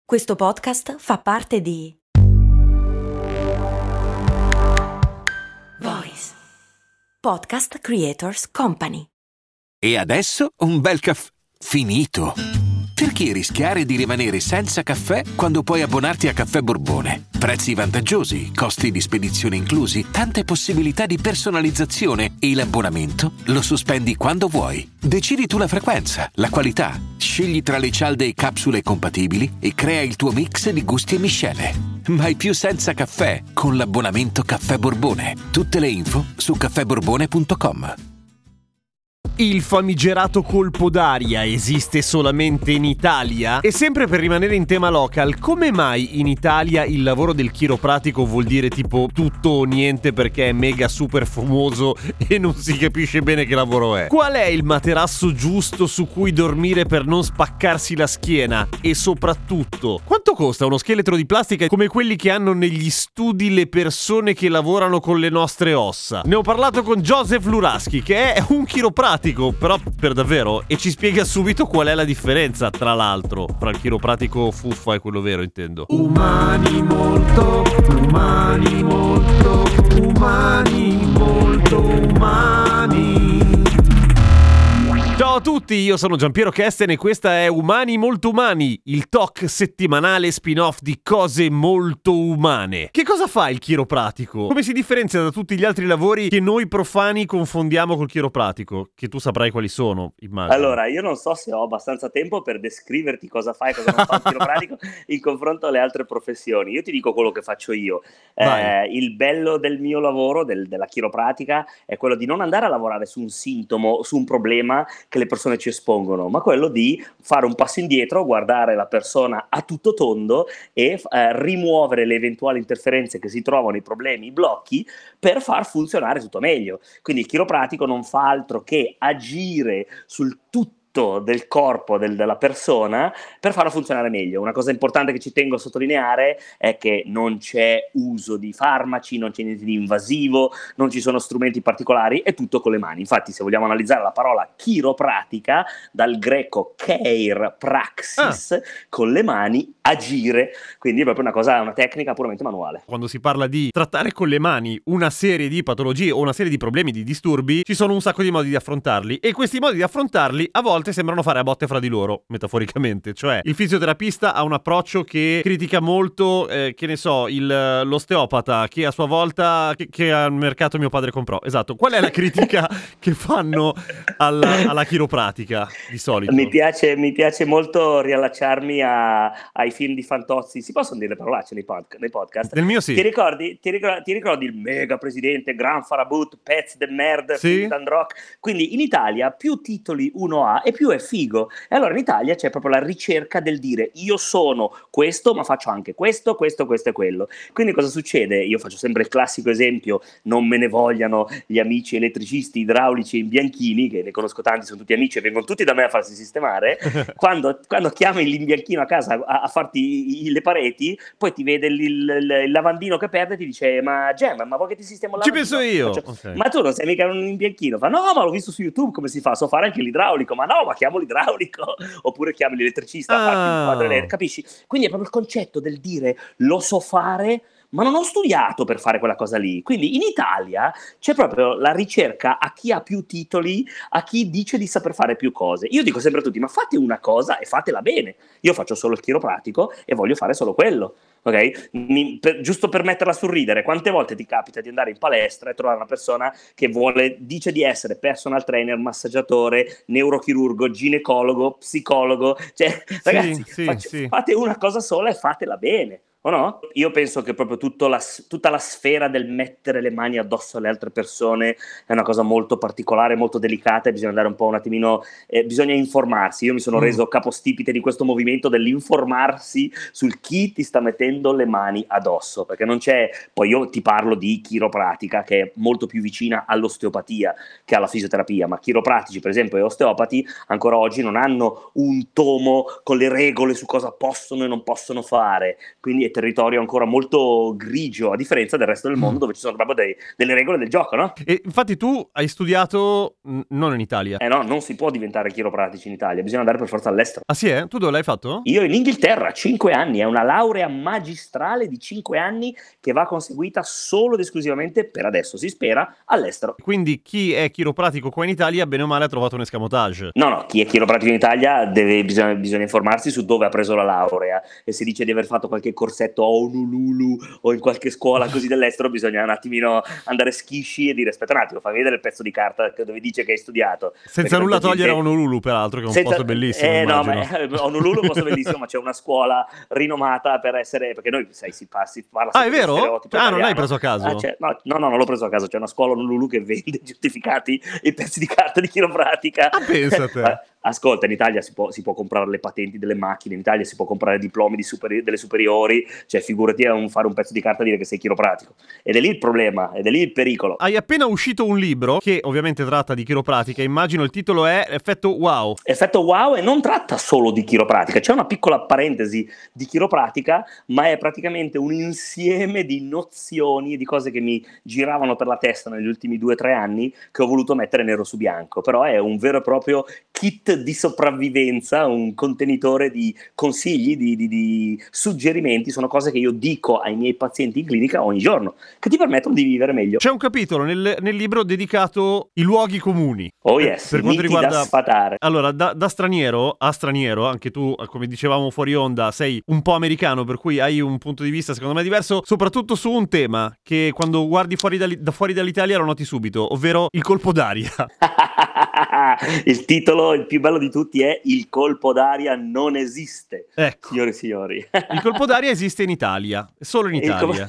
Questo podcast fa parte di Voice Podcast Creators Company. E adesso un bel caffè finito. Perché rischiare di rimanere senza caffè quando puoi abbonarti a Caffè Borbone? Prezzi vantaggiosi, costi di spedizione inclusi, tante possibilità di personalizzazione e l'abbonamento lo sospendi quando vuoi. Decidi tu la frequenza, la qualità, scegli tra le cialde e capsule compatibili e crea il tuo mix di gusti e miscele. Mai più senza caffè con l'abbonamento Caffè Borbone. Tutte le info su caffèborbone.com. Il famigerato colpo d'aria esiste solamente in Italia? E sempre per rimanere in tema local, come mai in Italia il lavoro del chiropratico vuol dire tipo tutto o niente perché è mega super famoso e non si capisce bene che lavoro è? Qual è il materasso giusto su cui dormire per non spaccarsi la schiena? E soprattutto, quanto costa uno scheletro di plastica come quelli che hanno negli studi le persone che lavorano con le nostre ossa? Ne ho parlato con Joseph Luraschi, che è un chiropratico, però per davvero, e ci spiega subito qual è la differenza, tra l'altro, fra il chiropratico fuffa e quello vero, intendo. Umani molto umani. Ciao a tutti, io sono Giampiero Kesten e questa è Umani Molto Umani, il talk settimanale spin-off di cose molto umane. Che cosa fa il chiropratico? Come si differenzia da tutti gli altri lavori che noi profani confondiamo col chiropratico? Che tu saprai quali sono, immagino. Allora, io non so se ho abbastanza tempo per descriverti cosa fa e cosa non fa il chiropratico in confronto alle altre professioni. Io ti dico quello che faccio io. Il bello del mio lavoro, della chiropratica, è quello di non andare a lavorare su un sintomo, su un problema che le persone ci espongono, ma quello di fare un passo indietro, guardare la persona a tutto tondo e rimuovere le eventuali interferenze che si trovano, i problemi, i blocchi, per far funzionare tutto meglio. Quindi il chiropratico non fa altro che agire sul tutto del corpo della persona per farlo funzionare meglio. Una cosa importante che ci tengo a sottolineare è che non c'è uso di farmaci, non c'è niente di invasivo, non ci sono strumenti particolari, è tutto con le mani. Infatti, se vogliamo analizzare la parola chiropratica, dal greco keir, praxis, con le mani, agire, quindi è proprio una tecnica puramente manuale. Quando si parla di trattare con le mani una serie di patologie o una serie di problemi, di disturbi, ci sono un sacco di modi di affrontarli, e questi modi di affrontarli a volte sembrano fare a botte fra di loro, metaforicamente. Cioè, il fisioterapista ha un approccio che critica molto, che ne so, l'osteopata, che a sua volta che al mercato mio padre comprò. Esatto. Qual è la critica che fanno alla chiropratica di solito? Mi piace molto riallacciarmi ai film di Fantozzi. Si possono dire le parolacce nei podcast? Nel mio sì. Ti ricordi il mega presidente, Gran Farabut, pezzi de merde, sì? Rock? Quindi in Italia più titoli uno ha e più è figo. E allora in Italia c'è proprio la ricerca del dire io sono questo, ma faccio anche questo e quello. Quindi cosa succede? Io faccio sempre il classico esempio, non me ne vogliano gli amici elettricisti, idraulici e imbianchini, che ne conosco tanti, sono tutti amici e vengono tutti da me a farsi sistemare. quando chiami l'imbianchino a casa a farti le pareti, poi ti vede il lavandino che perde e ti dice ma Gem, ma vuoi che ti sistemo il Ci lavandino? penso io. Okay. Ma tu non sei mica un imbianchino? Fa no, ma l'ho visto su YouTube come si fa, so fare anche l'idraulico. Ma no, ma chiamo l'idraulico, oppure chiami l'elettricista, capisci? Quindi è proprio il concetto del dire lo so fare, ma non ho studiato per fare quella cosa lì. Quindi in Italia c'è proprio la ricerca a chi ha più titoli, a chi dice di saper fare più cose. Io dico sempre a tutti, ma fate una cosa e fatela bene. Io faccio solo il chiropratico e voglio fare solo quello. Ok? Giusto per metterla sul ridere, quante volte ti capita di andare in palestra e trovare una persona che dice di essere personal trainer, massaggiatore, neurochirurgo, ginecologo, psicologo? Cioè, ragazzi, fate una cosa sola e fatela bene. O no? Io penso che proprio tutta la sfera del mettere le mani addosso alle altre persone è una cosa molto particolare, molto delicata, e bisogna andare un po' un attimino, bisogna informarsi. Io mi sono reso capostipite di questo movimento dell'informarsi sul chi ti sta mettendo le mani addosso, perché non c'è, poi io ti parlo di chiropratica che è molto più vicina all'osteopatia che alla fisioterapia, ma chiropratici per esempio e osteopati ancora oggi non hanno un tomo con le regole su cosa possono e non possono fare, quindi è territorio ancora molto grigio, a differenza del resto del mondo dove ci sono proprio delle regole del gioco, no? E infatti tu hai studiato non in Italia. No, non si può diventare chiropratici in Italia, bisogna andare per forza all'estero. Ah sì, eh? Tu dove l'hai fatto? Io in Inghilterra, 5 anni, è una laurea magistrale di 5 anni che va conseguita solo ed esclusivamente, per adesso si spera, all'estero. Quindi chi è chiropratico qua in Italia, bene o male, ha trovato un escamotage. No, chi è chiropratico in Italia bisogna informarsi su dove ha preso la laurea, e se dice di aver fatto qualche corsetto a Honolulu o in qualche scuola così dell'estero, bisogna un attimino andare schisci e dire aspetta un attimo, fammi vedere il pezzo di carta dove dice che hai studiato. Senza nulla togliere a Honolulu, peraltro, che è un posto bellissimo. No, ma Honolulu è un posto bellissimo, ma c'è una scuola rinomata per essere, perché noi sai si parla è vero? Non l'hai preso a caso? No, non l'ho preso a caso, c'è una scuola a Honolulu che vende giustificati i pezzi di carta di chiropratica. Ah, pensate. Ascolta, in Italia si può comprare le patenti delle macchine, in Italia si può comprare diplomi delle superiori, cioè figurati fare un pezzo di carta e dire che sei chiropratico. Ed è lì il problema, ed è lì il pericolo. Hai appena uscito un libro che ovviamente tratta di chiropratica, immagino il titolo è Effetto Wow. Effetto Wow, e non tratta solo di chiropratica, c'è una piccola parentesi di chiropratica, ma è praticamente un insieme di nozioni e di cose che mi giravano per la testa negli ultimi 2 o 3 anni che ho voluto mettere nero su bianco, però è un vero e proprio kit di sopravvivenza, un contenitore di consigli, di suggerimenti, sono cose che io dico ai miei pazienti in clinica ogni giorno, che ti permettono di vivere meglio. C'è un capitolo nel libro dedicato ai luoghi comuni. Oh yes, per quanto riguarda da sfatare. Allora, da straniero a straniero, anche tu, come dicevamo fuori onda, sei un po' americano, per cui hai un punto di vista secondo me diverso, soprattutto su un tema che quando guardi fuori dall'Italia lo noti subito, ovvero il colpo d'aria. Il titolo, il più bello di tutti, è Il colpo d'aria non esiste. Ecco. Signore e signori. Il colpo d'aria esiste in Italia, solo in Italia.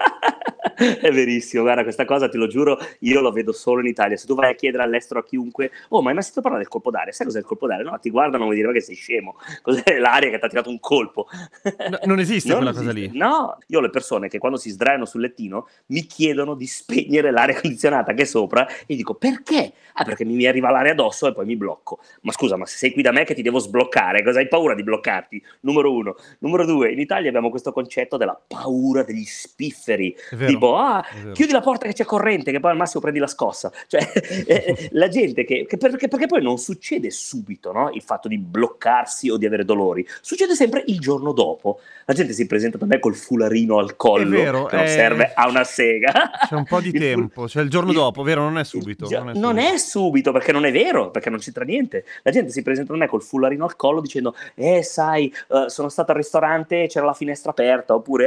È verissimo, guarda, questa cosa te lo giuro, io lo vedo solo in Italia. Se tu vai a chiedere all'estero a chiunque, ma hai mai sentito parlare del colpo d'aria? Sai cos'è il colpo d'aria? No, ti guardano e dire, ma che sei scemo, cos'è l'aria che ti ha tirato un colpo? Non esiste quella cosa lì. No, io ho le persone che quando si sdraiano sul lettino mi chiedono di spegnere l'aria condizionata che è sopra, e dico perché? Perché mi arriva l'aria addosso e poi mi blocco. Ma scusa, ma se sei qui da me che ti devo sbloccare, cosa hai paura di bloccarti? Numero 1. Numero 2, in Italia abbiamo questo concetto della paura degli spifferi, tipo chiudi la porta che c'è corrente, che poi al massimo prendi la scossa. Cioè la gente perché poi non succede subito, no? Il fatto di bloccarsi o di avere dolori, succede sempre il giorno dopo. La gente si presenta da me col fularino al collo, è vero, che non serve a una sega. C'è un po' di tempo, cioè il giorno dopo, vero? Non è subito. Non è subito, perché non è vero, perché non c'entra niente. La gente si presenta da me col fularino al collo dicendo sai, sono stato al ristorante, c'era la finestra aperta, oppure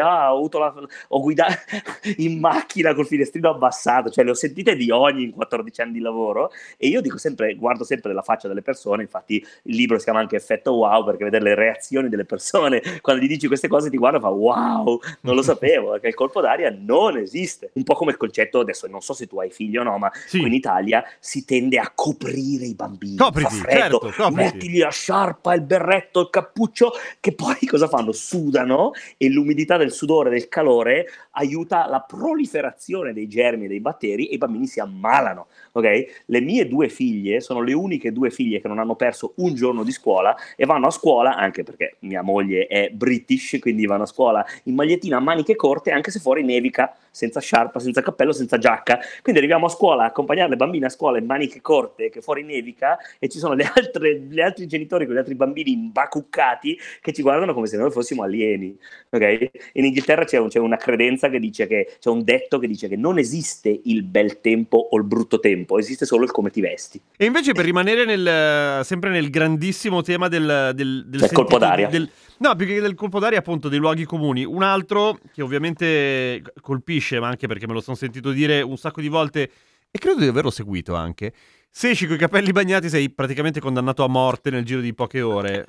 ho guidato in macchina col finestrino abbassato, cioè le ho sentite di ogni in 14 anni di lavoro, e io guardo sempre la faccia delle persone. Infatti il libro si chiama anche Effetto Wow, perché vedere le reazioni delle persone quando gli dici queste cose ti guarda e fa wow, non lo sapevo, perché il colpo d'aria non esiste. Un po' come il concetto, adesso non so se tu hai figli o no, ma sì, qui in Italia si tende a coprire i bambini. Copriti, fa freddo, certo, mettigli la sciarpa, il berretto, il cappuccio, che poi cosa fanno? Sudano, e l'umidità del sudore, del calore, aiuta la proliferazione dei germi e dei batteri, e i bambini si ammalano, ok? Le mie 2 figlie sono le uniche 2 figlie che non hanno perso un giorno di scuola, e vanno a scuola, anche perché mia moglie è British, quindi vanno a scuola in magliettina a maniche corte, anche se fuori nevica, senza sciarpa, senza cappello, senza giacca. Quindi arriviamo a scuola a accompagnare le bambine a scuola in maniche corte, che fuori nevica, e ci sono gli altri genitori con gli altri bambini imbacuccati che ci guardano come se noi fossimo alieni, ok? In Inghilterra c'è una credenza che dice che c'è un detto che dice che non esiste il bel tempo o il brutto tempo, esiste solo il come ti vesti. E invece, per rimanere sempre nel grandissimo tema del colpo d'aria, no, più che del colpo d'aria, appunto, dei luoghi comuni, un altro che ovviamente colpisce, ma anche perché me lo sono sentito dire un sacco di volte e credo di averlo seguito anche: se esci coi capelli bagnati sei praticamente condannato a morte nel giro di poche ore.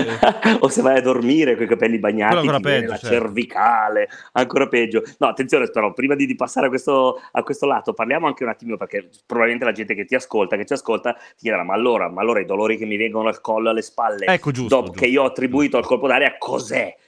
O se vai a dormire coi capelli bagnati ti viene la certo. cervicale, ancora peggio. No, attenzione, però, prima di passare a questo lato, parliamo anche un attimino, perché probabilmente la gente che ci ascolta, ti chiederà, ma allora i dolori che mi vengono al collo, alle spalle, Ecco, giusto. che io ho attribuito al colpo d'aria, cos'è?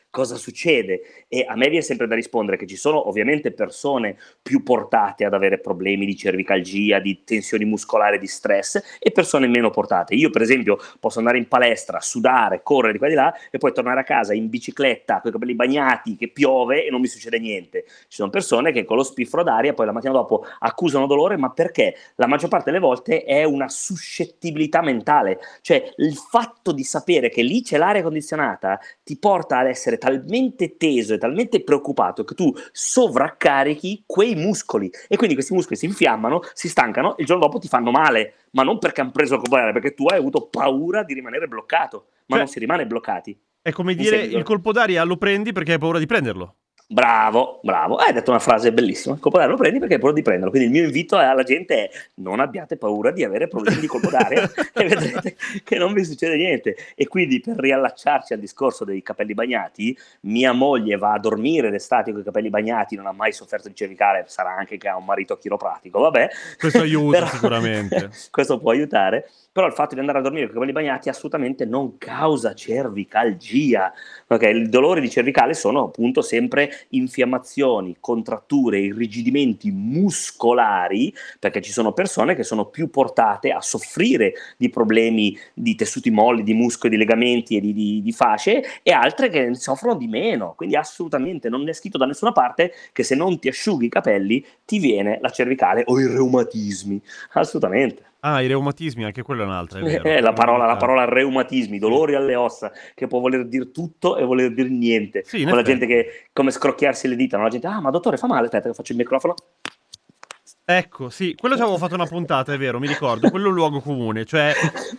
cosa succede? E a me viene sempre da rispondere che ci sono ovviamente persone più portate ad avere problemi di cervicalgia, di tensioni muscolari, di stress, e persone meno portate. Io per esempio posso andare in palestra, sudare, correre di qua e di là e poi tornare a casa in bicicletta con i capelli bagnati, che piove e non mi succede niente. Ci sono persone che con lo spiffero d'aria poi la mattina dopo accusano dolore, ma perché? La maggior parte delle volte è una suscettibilità mentale, cioè il fatto di sapere che lì c'è l'aria condizionata ti porta ad essere talmente teso e talmente preoccupato che tu sovraccarichi quei muscoli e quindi questi muscoli si infiammano, si stancano e il giorno dopo ti fanno male, ma non perché hanno preso il colpo d'aria, perché tu hai avuto paura di rimanere bloccato, ma Cioè, non si rimane bloccati. è come Mi dire segui? il colpo d'aria lo prendi perché hai paura di prenderlo. Bravo, bravo, hai detto una frase bellissima. Il colpo d'aria lo prendi perché hai paura di prenderlo. Quindi il mio invito alla gente è: non abbiate paura di avere problemi di colpo d'aria e vedrete che non vi succede niente. E quindi, per riallacciarci al discorso dei capelli bagnati, mia moglie va a dormire d'estate con i capelli bagnati, non ha mai sofferto di cervicale, sarà anche che ha un marito chiropratico, vabbè. Questo aiuta Però sicuramente. questo può aiutare. Però il fatto di andare a dormire con i capelli bagnati assolutamente non causa cervicalgia. Okay? I dolori di cervicale sono appunto sempre infiammazioni, contratture, irrigidimenti muscolari, perché ci sono persone che sono più portate a soffrire di problemi di tessuti molli, di muscoli, di legamenti e di fasce, e altre che soffrono di meno. Quindi assolutamente non è scritto da nessuna parte che se non ti asciughi i capelli ti viene la cervicale o i reumatismi. Assolutamente. Ah, i reumatismi, anche quello è un'altra, è vero. La parola reumatismi, dolori alle ossa, che può voler dire tutto e voler dire niente. Sì, in Quella effetti. gente che, come scrocchiarsi le dita, no? La gente, ma dottore, fa male, aspetta che faccio il microfono. Ecco, sì, quello ci avevo fatto una puntata, è vero, mi ricordo, quello è un luogo comune, cioè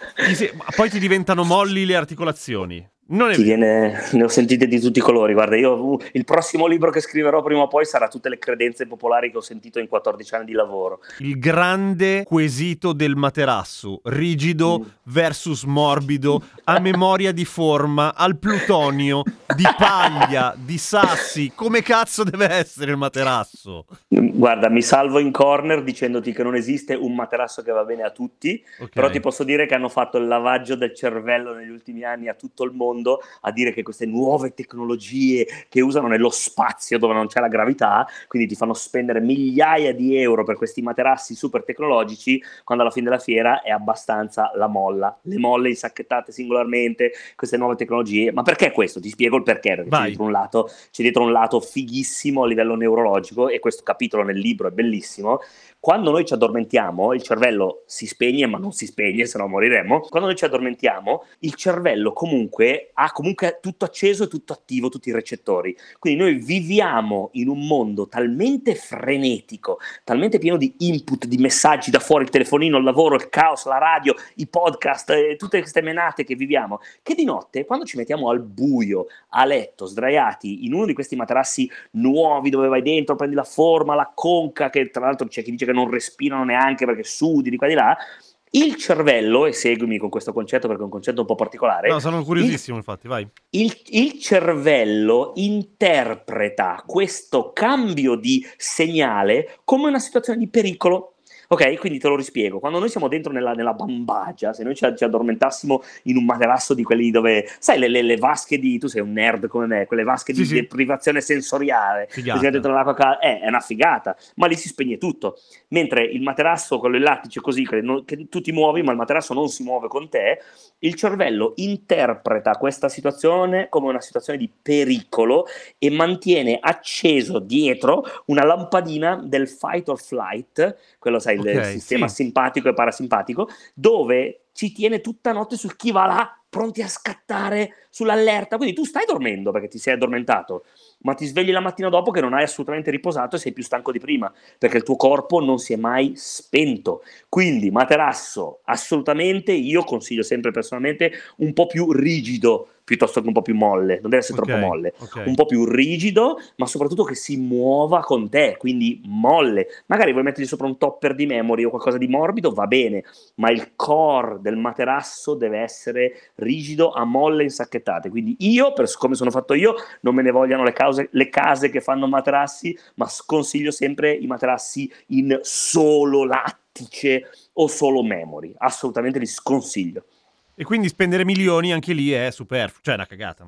poi ti diventano molli le articolazioni. Non è vero. Ne ho sentite di tutti i colori. Guarda, io il prossimo libro che scriverò prima o poi sarà tutte le credenze popolari che ho sentito in 14 anni di lavoro. Il grande quesito del materasso, rigido versus morbido, a memoria di forma, al plutonio, di paglia, di sassi, come cazzo deve essere il materasso? Guarda, mi salvo in corner dicendoti che non esiste un materasso che va bene a tutti, Ok. però ti posso dire che hanno fatto il lavaggio del cervello negli ultimi anni a tutto il mondo a dire che queste nuove tecnologie che usano nello spazio dove non c'è la gravità, quindi ti fanno spendere migliaia di euro per questi materassi super tecnologici, quando alla fine della fiera è abbastanza la molla, le molle insacchettate singolarmente, queste nuove tecnologie. Ma perché questo? Ti spiego il perché, perché c'è dietro un lato fighissimo a livello neurologico, e questo capitolo nel libro è bellissimo. Quando noi ci addormentiamo, il cervello si spegne, ma non si spegne, se no moriremmo. Quando noi ci addormentiamo, il cervello comunque ha comunque tutto acceso e tutto attivo, tutti i recettori. Quindi noi viviamo in un mondo talmente frenetico, talmente pieno di input, di messaggi da fuori, il telefonino, il lavoro, il caos, la radio, i podcast, tutte queste menate che viviamo, che di notte, quando ci mettiamo al buio, a letto, sdraiati, in uno di questi materassi nuovi dove vai dentro, prendi la forma, la conca, che tra l'altro c'è chi dice che non respirano neanche perché sudi di qua e di là, il cervello, e seguimi con questo concetto perché è un concetto un po' particolare. No, sono curiosissimo, infatti, vai. Il cervello interpreta questo cambio di segnale come una situazione di pericolo. Ok, quindi te lo rispiego. Quando noi siamo dentro nella bambagia, se noi ci addormentassimo in un materasso di quelli dove, sai, le vasche di, tu sei un nerd come me, quelle vasche di deprivazione sensoriale, dentro l'acqua, è una figata, ma lì si spegne tutto. Mentre il materasso, quello in lattice così, che tu ti muovi, ma il materasso non si muove con te, il cervello interpreta questa situazione come una situazione di pericolo e mantiene acceso dietro una lampadina del fight or flight, quello sai, il sistema simpatico e parasimpatico, dove ci tiene tutta notte sul chi va là, pronti a scattare sull'allerta. Quindi tu stai dormendo perché ti sei addormentato, ma ti svegli la mattina dopo che non hai assolutamente riposato e sei più stanco di prima, perché il tuo corpo non si è mai spento. Quindi materasso, assolutamente, io consiglio sempre personalmente un po' più rigido piuttosto che un po' più molle, non deve essere troppo molle, un po' più rigido, ma soprattutto che si muova con te, quindi molle. Magari vuoi mettergli sopra un topper di memory o qualcosa di morbido, va bene, ma il core del materasso deve essere rigido a molle insacchettate. Quindi io, per come sono fatto io, non me ne vogliano le case che fanno materassi, ma sconsiglio sempre i materassi in solo lattice o solo memory, assolutamente li sconsiglio. E quindi spendere milioni anche lì è superfluo, cioè è una cagata.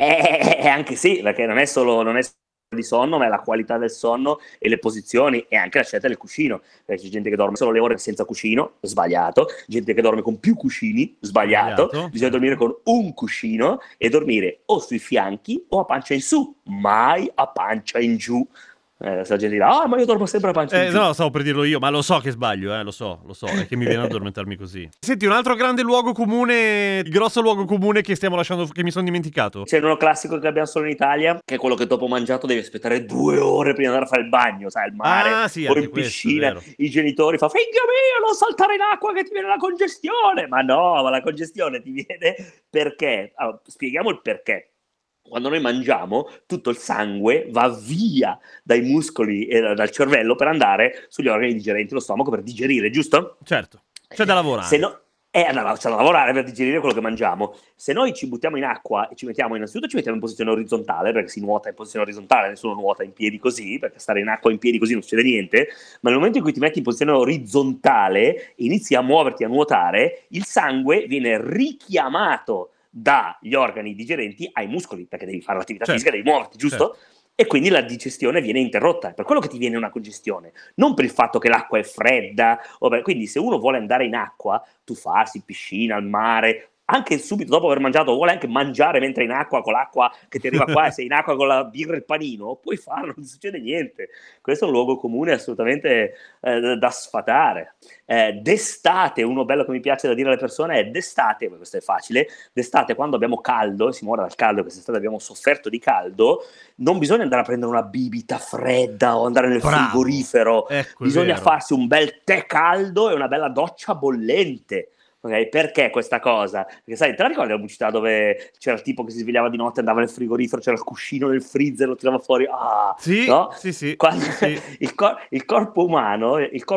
Anche sì, perché non è solo di sonno, ma è la qualità del sonno e le posizioni e anche la scelta del cuscino, perché c'è gente che dorme solo le ore senza cuscino, sbagliato, gente che dorme con più cuscini, sbagliato, bisogna certo. dormire con un cuscino e dormire o sui fianchi o a pancia in su, mai a pancia in giù. La gente dirà, ma io dormo sempre a pancia in giù. No, stavo per dirlo io, ma lo so che sbaglio, lo so, è che mi viene ad addormentarmi così. Senti, un altro grande luogo comune, il grosso luogo comune che stiamo lasciando, che mi sono dimenticato. C'è uno classico che abbiamo solo in Italia, che è quello che dopo mangiato devi aspettare 2 ore prima di andare a fare il bagno, sai, al mare sì, o anche in questo, piscina. vero. I genitori fanno, figlio mio, non saltare in acqua che ti viene la congestione. Ma no, ma la congestione ti viene perché? Allora, spieghiamo il perché. Quando noi mangiamo, tutto il sangue va via dai muscoli e dal cervello per andare sugli organi digerenti, lo stomaco, per digerire, giusto? Certo, c'è da lavorare. Se no, c'è da lavorare per digerire quello che mangiamo. Se noi ci buttiamo in acqua e ci mettiamo in posizione orizzontale, perché si nuota in posizione orizzontale, nessuno nuota in piedi così, perché stare in acqua in piedi così non succede niente, ma nel momento in cui ti metti in posizione orizzontale e inizi a muoverti, a nuotare, il sangue viene richiamato dagli organi digerenti ai muscoli, perché devi fare l'attività fisica, devi muoverti, giusto? Certo. E quindi la digestione viene interrotta, è per quello che ti viene una congestione, non per il fatto che l'acqua è fredda, quindi se uno vuole andare in acqua, tuffarsi, piscina, al mare, anche subito dopo aver mangiato, vuole anche mangiare mentre è in acqua con l'acqua che ti arriva qua e sei in acqua con la birra e il panino, puoi farlo, non succede niente. Questo è un luogo comune assolutamente da sfatare. D'estate, uno bello che mi piace da dire alle persone è d'estate, questo è facile, d'estate quando abbiamo caldo, e si muore dal caldo, quest'estate abbiamo sofferto di caldo, non bisogna andare a prendere una bibita fredda o andare nel frigorifero, bisogna farsi un bel tè caldo e una bella doccia bollente. Okay, perché questa cosa? Perché sai, te la ricordi la pubblicità dove c'era il tipo che si svegliava di notte, andava nel frigorifero, c'era il cuscino nel freezer, lo tirava fuori? Sì, no? sì. Quando, sì. Il corpo umano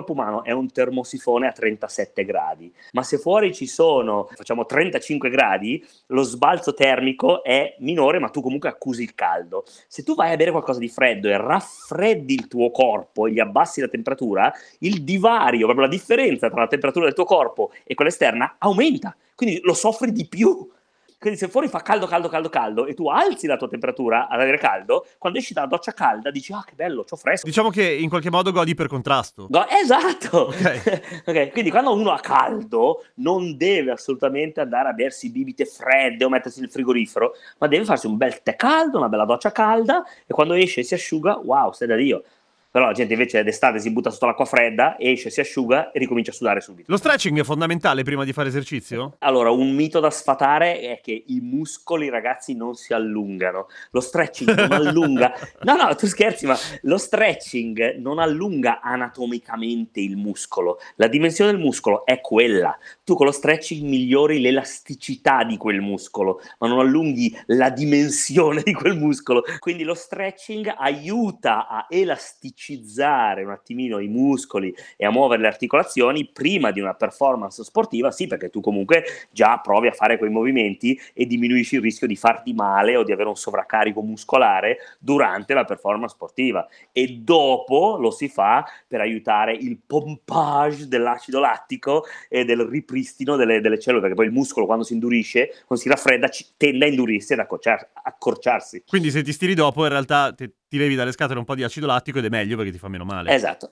è un termosifone a 37 gradi, ma se fuori ci sono, facciamo 35 gradi, lo sbalzo termico è minore, ma tu comunque accusi il caldo. Se tu vai a bere qualcosa di freddo e raffreddi il tuo corpo e gli abbassi la temperatura, il divario, proprio la differenza tra la temperatura del tuo corpo e quella esterna aumenta, quindi lo soffri di più. Quindi se fuori fa caldo e tu alzi la tua temperatura ad avere caldo, quando esci dalla doccia calda dici che bello, c'ho fresco. Diciamo che in qualche modo godi per contrasto. Esatto. Okay. Quindi quando uno ha caldo non deve assolutamente andare a bersi bibite fredde o mettersi nel frigorifero, ma deve farsi un bel tè caldo, una bella doccia calda e quando esce e si asciuga, wow, stai da Dio. Però la gente invece d'estate si butta sotto l'acqua fredda, esce, si asciuga e ricomincia a sudare subito. Lo stretching è fondamentale prima di fare esercizio? Allora, un mito da sfatare è che i muscoli, ragazzi, non si allungano. Lo stretching non allunga. No, tu scherzi, ma lo stretching non allunga anatomicamente il muscolo. La dimensione del muscolo è quella. Tu con lo stretching migliori l'elasticità di quel muscolo, ma non allunghi la dimensione di quel muscolo. Quindi lo stretching aiuta a elasticizzare un attimino i muscoli e a muovere le articolazioni prima di una performance sportiva, sì, perché tu comunque già provi a fare quei movimenti e diminuisci il rischio di farti male o di avere un sovraccarico muscolare durante la performance sportiva, e dopo lo si fa per aiutare il pompage dell'acido lattico e del ripristino delle cellule, perché poi il muscolo quando si indurisce, quando si raffredda, tende a indurirsi ed accorciarsi. Quindi se ti stiri dopo in realtà ti levi dalle scatole un po' di acido lattico ed è meglio perché ti fa meno male. Esatto.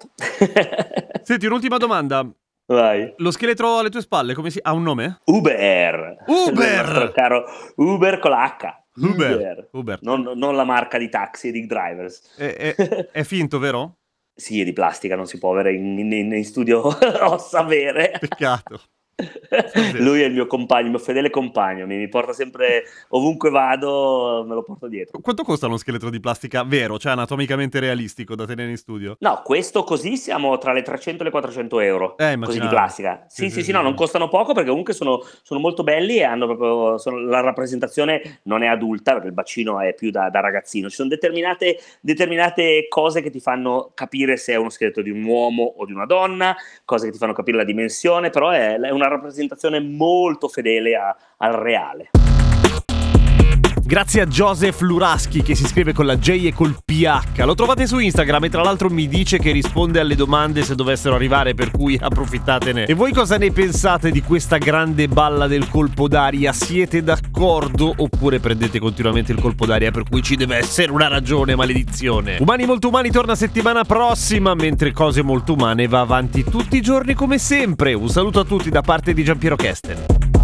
Senti, un'ultima domanda. Vai. Lo scheletro alle tue spalle, ha un nome? Uber! Il nostro caro Uber con la H. Uber. Non la marca di taxi e di drivers. È finto, vero? Sì, è di plastica, non si può avere in studio ossa vere. Peccato. Lui è il mio compagno, il mio fedele compagno, mi porta sempre ovunque vado, me lo porto dietro. Quanto costa uno scheletro di plastica vero, cioè anatomicamente realistico da tenere in studio? No, questo così siamo tra le 300 e le 400 euro, così di plastica. Sì, no, non costano poco perché comunque sono molto belli e hanno proprio, la rappresentazione non è adulta perché il bacino è più da ragazzino. Ci sono determinate cose che ti fanno capire se è uno scheletro di un uomo o di una donna, cose che ti fanno capire la dimensione, però è una rappresentazione molto fedele al reale. Grazie a Joseph Luraschi che si scrive con la J e col PH. Lo trovate su Instagram e tra l'altro mi dice che risponde alle domande se dovessero arrivare, per cui approfittatene. E voi cosa ne pensate di questa grande balla del colpo d'aria? Siete d'accordo oppure prendete continuamente il colpo d'aria per cui ci deve essere una ragione, maledizione? Umani molto umani torna settimana prossima, mentre Cose molto umane va avanti tutti i giorni come sempre. Un saluto a tutti da parte di Giampiero Kesten.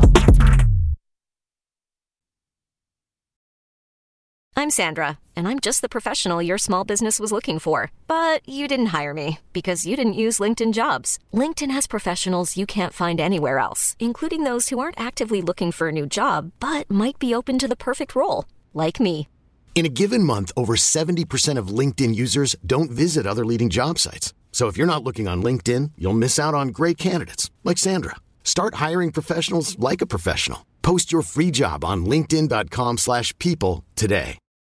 I'm Sandra, and I'm just the professional your small business was looking for. But you didn't hire me because you didn't use LinkedIn Jobs. LinkedIn has professionals you can't find anywhere else, including those who aren't actively looking for a new job, but might be open to the perfect role, like me. In a given month, over 70% of LinkedIn users don't visit other leading job sites. So if you're not looking on LinkedIn, you'll miss out on great candidates like Sandra. Start hiring professionals like a professional. Post your free job on linkedin.com/people today.